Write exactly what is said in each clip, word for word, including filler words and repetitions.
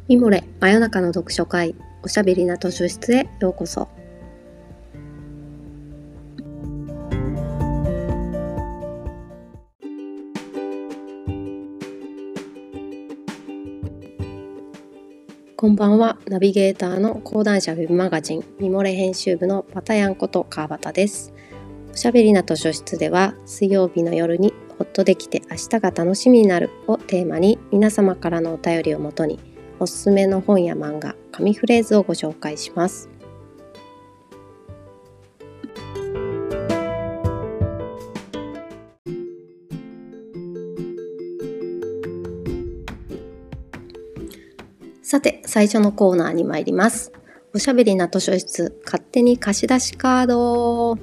ミモレ真夜中の読書会、おしゃべりな図書室へようこそ。こんばんは。ナビゲーターの講談社ウェブマガジンミモレ編集部のバタヤンこと川端です。おしゃべりな図書室では、水曜日の夜にほっとできて明日が楽しみになるをテーマに、皆様からのお便りをもとにおすすめの本や漫画、紙フレーズをご紹介します。さて、最初のコーナーに参ります。おしゃべりな図書室、勝手に貸し出しカード。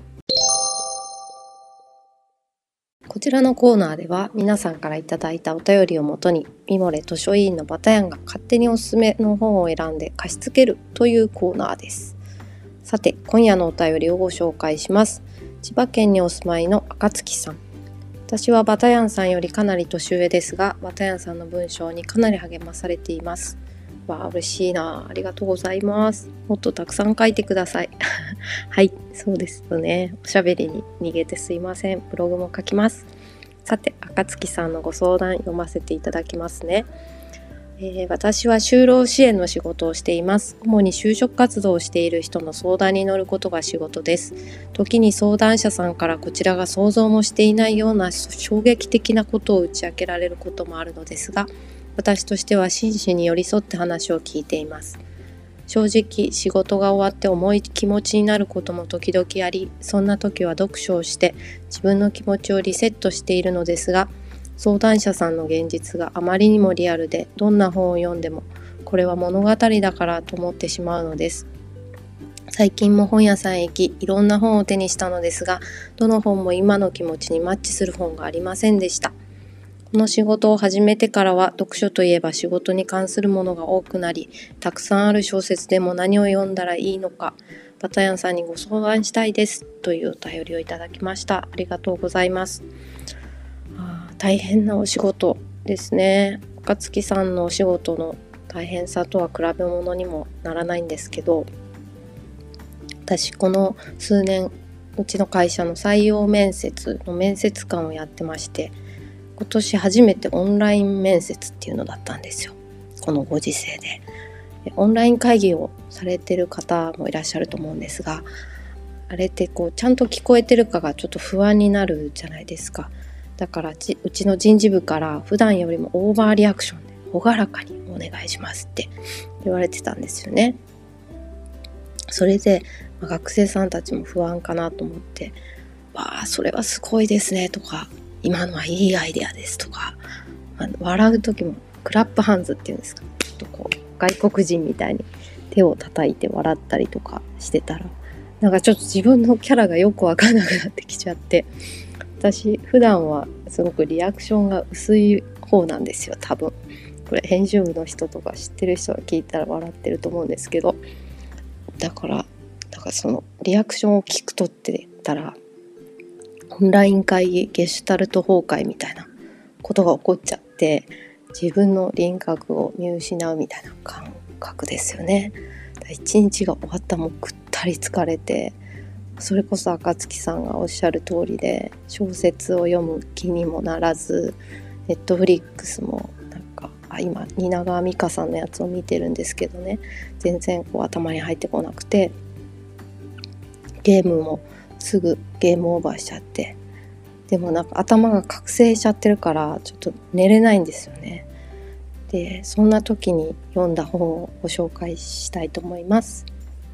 こちらのコーナーでは、皆さんからいただいたお便りをもとに、ミモレ図書委員のバタヤンが勝手におすすめの本を選んで貸し付けるというコーナーです。さて、今夜のお便りをご紹介します。千葉県にお住まいの赤月さん。私はバタヤンさんよりかなり年上ですが、バタヤンさんの文章にかなり励まされています。わあ、嬉しいな。ありがとうございます。もっとたくさん書いてください。はい、そうですよね。おしゃべりに逃げてすいません。ブログも書きます。さて、赤月さんのご相談読ませていただきますね。えー、私は就労支援の仕事をしています。主に就職活動をしている人の相談に乗ることが仕事です。時に相談者さんからこちらが想像もしていないような衝撃的なことを打ち明けられることもあるのですが、私としては真摯に寄り添って話を聞いています。正直、仕事が終わって重い気持ちになることも時々あり、そんな時は読書をして自分の気持ちをリセットしているのですが、相談者さんの現実があまりにもリアルで、どんな本を読んでもこれは物語だからと思ってしまうのです。最近も本屋さんへ行き、いろんな本を手にしたのですが、どの本も今の気持ちにマッチする本がありませんでした。この仕事を始めてからは、読書といえば仕事に関するものが多くなり、たくさんある小説でも何を読んだらいいのか、バタヤンさんにご相談したいですというお便りをいただきました。ありがとうございます。あー、大変なお仕事ですね。赤月さんのお仕事の大変さとは比べ物にもならないんですけど、私この数年、うちの会社の採用面接の面接官をやってまして、今年初めてオンライン面接っていうのだったんですよ。このご時世で。オンライン会議をされてる方もいらっしゃると思うんですが、あれってこうちゃんと聞こえてるかがちょっと不安になるじゃないですか。だからうちの人事部から普段よりもオーバーリアクションで朗らかにお願いしますって言われてたんですよね。それで、まあ、学生さんたちも不安かなと思って、わあ、それはすごいですねとか、今のはいいアイデアですとか、あの笑う時もクラップハンズっていうんですか、ちょっとこう外国人みたいに手を叩いて笑ったりとかしてたら、なんかちょっと自分のキャラがよくわかんなくなってきちゃって、私普段はすごくリアクションが薄い方なんですよ。多分これ編集部の人とか知ってる人が聞いたら笑ってると思うんですけど、だからだからそのリアクションを聞くとって言ったら、オンライン会議ゲシュタルト崩壊みたいなことが起こっちゃって、自分の輪郭を見失うみたいな感覚ですよね。一日が終わったもぐったり疲れて、それこそ赤月さんがおっしゃる通りで、小説を読む気にもならず、ネットフリックスもなんかあ今蜷川美香さんのやつを見てるんですけどね、全然こう頭に入ってこなくて、ゲームもすぐゲームオーバーしちゃって、でもなんか頭が覚醒しちゃってるからちょっと寝れないんですよね。で、そんな時に読んだ本をご紹介したいと思います。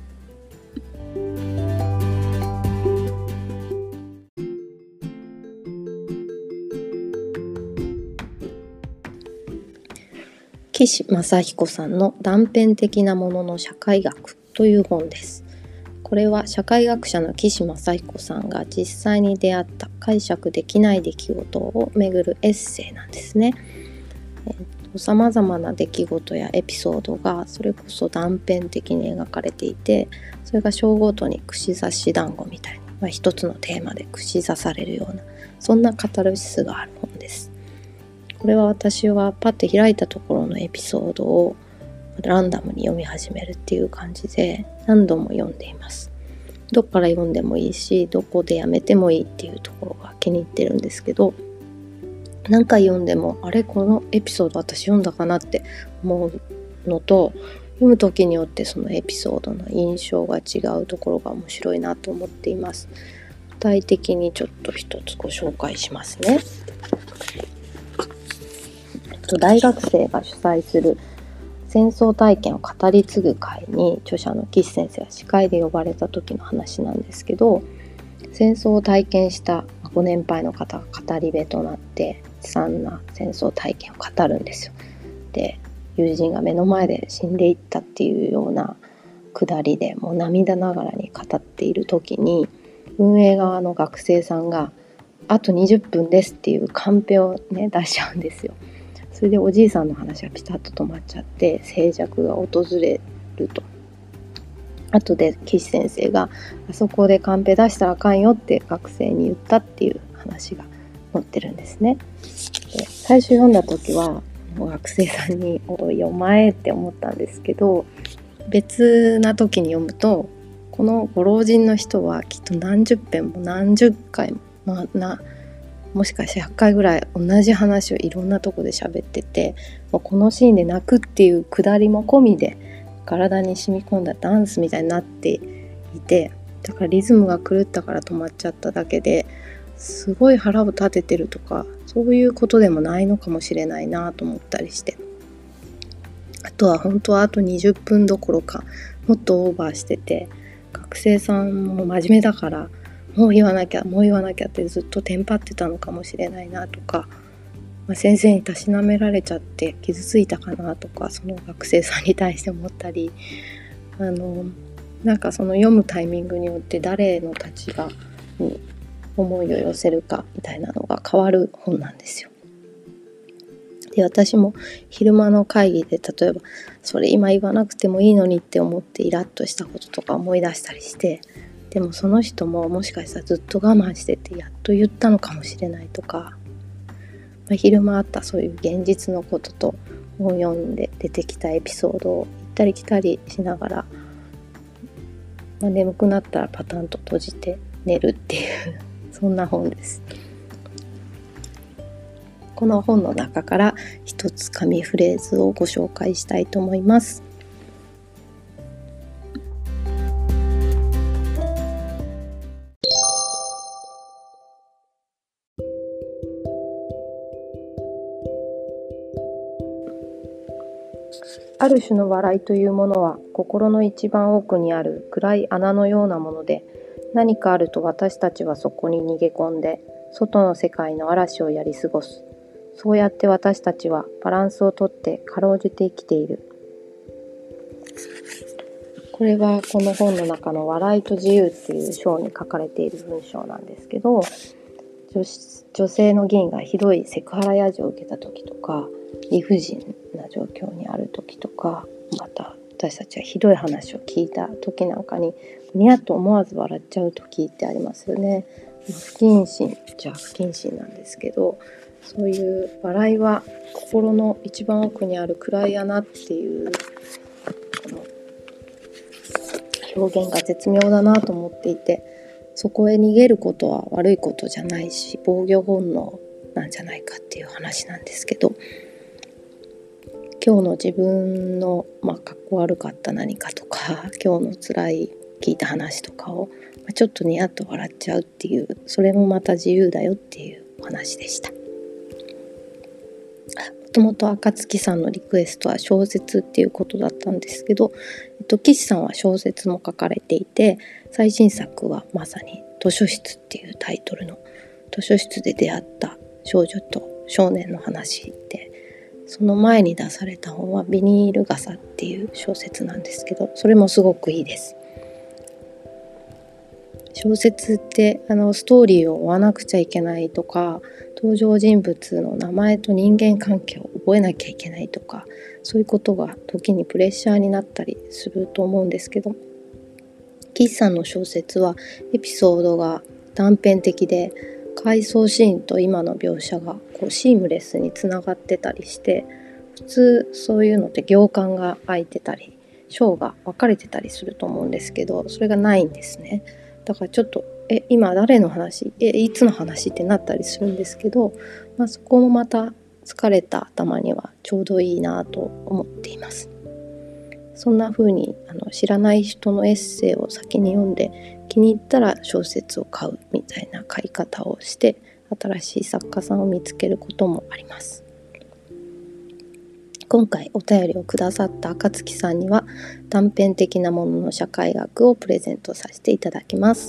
岸正彦さんの断片的なものの社会学という本です。これは社会学者の岸正彦さんが実際に出会った解釈できない出来事をめぐるエッセイなんですね。さまざまな出来事やエピソードがそれこそ断片的に描かれていて、それが章ごとに串刺し団子みたいに、まあ、一つのテーマで串刺されるような、そんなカタルシスがある本です。これは私はパッて開いたところのエピソードをランダムに読み始めるっていう感じで何度も読んでいます。どっから読んでもいいし、どこでやめてもいいっていうところが気に入ってるんですけど、何回読んでもあれこのエピソード私読んだかなって思うのと、読む時によってそのエピソードの印象が違うところが面白いなと思っています。具体的にちょっと一つご紹介しますね。大学生が主催する戦争体験を語り継ぐ会に著者の岸先生が司会で呼ばれた時の話なんですけど、戦争を体験したご年配の方が語り部となって悲惨な戦争体験を語るんですよ。で、友人が目の前で死んでいったっていうようなくだりでもう涙ながらに語っている時に、運営側の学生さんがあとにじゅっぷんですっていうカンペをね出しちゃうんですよ。それでおじいさんの話がピタッと止まっちゃって静寂が訪れると。後で岸先生があそこでカンペ出したらあかんよって学生に言ったっていう話が載ってるんですね。で、最初読んだ時はもう学生さんにおいお前って思ったんですけど、別な時に読むとこのご老人の人はきっと何十遍も何十回も、まあ、なもしかしてひゃっかいぐらい同じ話をいろんなとこで喋ってて、もうこのシーンで泣くっていうくだりも込みで体に染み込んだダンスみたいになっていて、だからリズムが狂ったから止まっちゃっただけですごい腹を立ててるとかそういうことでもないのかもしれないなと思ったりして、あとは本当はあとにじゅっぷんどころかもっとオーバーしてて、学生さんも真面目だからもう言わなきゃもう言わなきゃってずっとテンパってたのかもしれないなとか、まあ、先生にたしなめられちゃって傷ついたかなとか、その学生さんに対して思ったり、あのなんかその読むタイミングによって誰の立場に思いを寄せるかみたいなのが変わる本なんですよ。で、私も昼間の会議で例えばそれ今言わなくてもいいのにって思ってイラッとしたこととか思い出したりして、でもその人ももしかしたらずっと我慢しててやっと言ったのかもしれないとか、まあ、昼間あったそういう現実のことと本読んで出てきたエピソードを行ったり来たりしながら、まあ、眠くなったらパタンと閉じて寝るっていうそんな本です。この本の中から一つ紙フレーズをご紹介したいと思います。ある種の笑いというものは心の一番奥にある暗い穴のようなもので、何かあると私たちはそこに逃げ込んで外の世界の嵐をやり過ごす。そうやって私たちはバランスをとってかろうじて生きている。これはこの本の中の笑いと自由っていう章に書かれている文章なんですけど、 女, 女性の議員がひどいセクハラやじを受けた時とか、理不尽な状況にある時とか、また私たちはひどい話を聞いた時なんかにニヤッと思わず笑っちゃう時ってありますよね。不謹慎じゃ不謹慎なんですけど、そういう笑いは心の一番奥にある暗い穴っていうこの表現が絶妙だなと思っていて、そこへ逃げることは悪いことじゃないし防御本能なんじゃないかっていう話なんですけど、今日の自分のまあかっこ悪かった何かとか、今日の辛い聞いた話とかをちょっとニヤッと笑っちゃうっていう、それもまた自由だよっていうお話でした。もともと暁さんのリクエストは小説っていうことだったんですけど、えっと、岸さんは小説も書かれていて、最新作はまさに図書室っていうタイトルの図書室で出会った少女と少年の話で、その前に出された本はビニール傘っていう小説なんですけど、それもすごくいいです。小説ってあのストーリーを追わなくちゃいけないとか、登場人物の名前と人間関係を覚えなきゃいけないとか、そういうことが時にプレッシャーになったりすると思うんですけど、岸さんの小説はエピソードが断片的で、回想シーンと今の描写がこうシームレスにつながってたりして、 普通そういうのって行間が空いてたり章が分かれてたりすると思うんですけど、それがないんですね。だからちょっとえ今誰の話えいつの話ってなったりするんですけど、まあ、そこもまた疲れた頭にはちょうどいいなと思っています。そんな風にあの知らない人のエッセイを先に読んで気に入ったら小説を買うみたいな買い方をして新しい作家さんを見つけることもあります。今回お便りをくださった暁さんには短編的なものの社会学をプレゼントさせていただきます。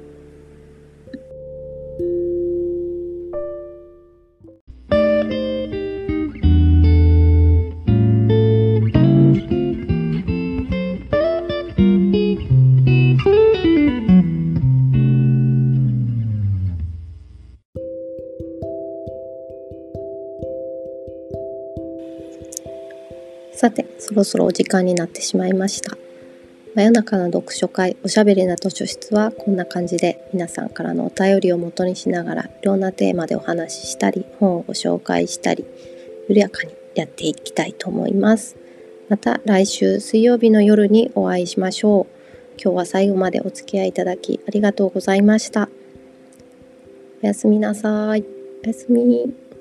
さて、そろそろお時間になってしまいました。真夜中の読書会おしゃべりな図書室はこんな感じで、皆さんからのお便りを元にしながらいろんなテーマでお話ししたり、本をご紹介したり、緩やかにやっていきたいと思います。また来週水曜日の夜にお会いしましょう。今日は最後までお付き合いいただきありがとうございました。おやすみなさい。おやすみ。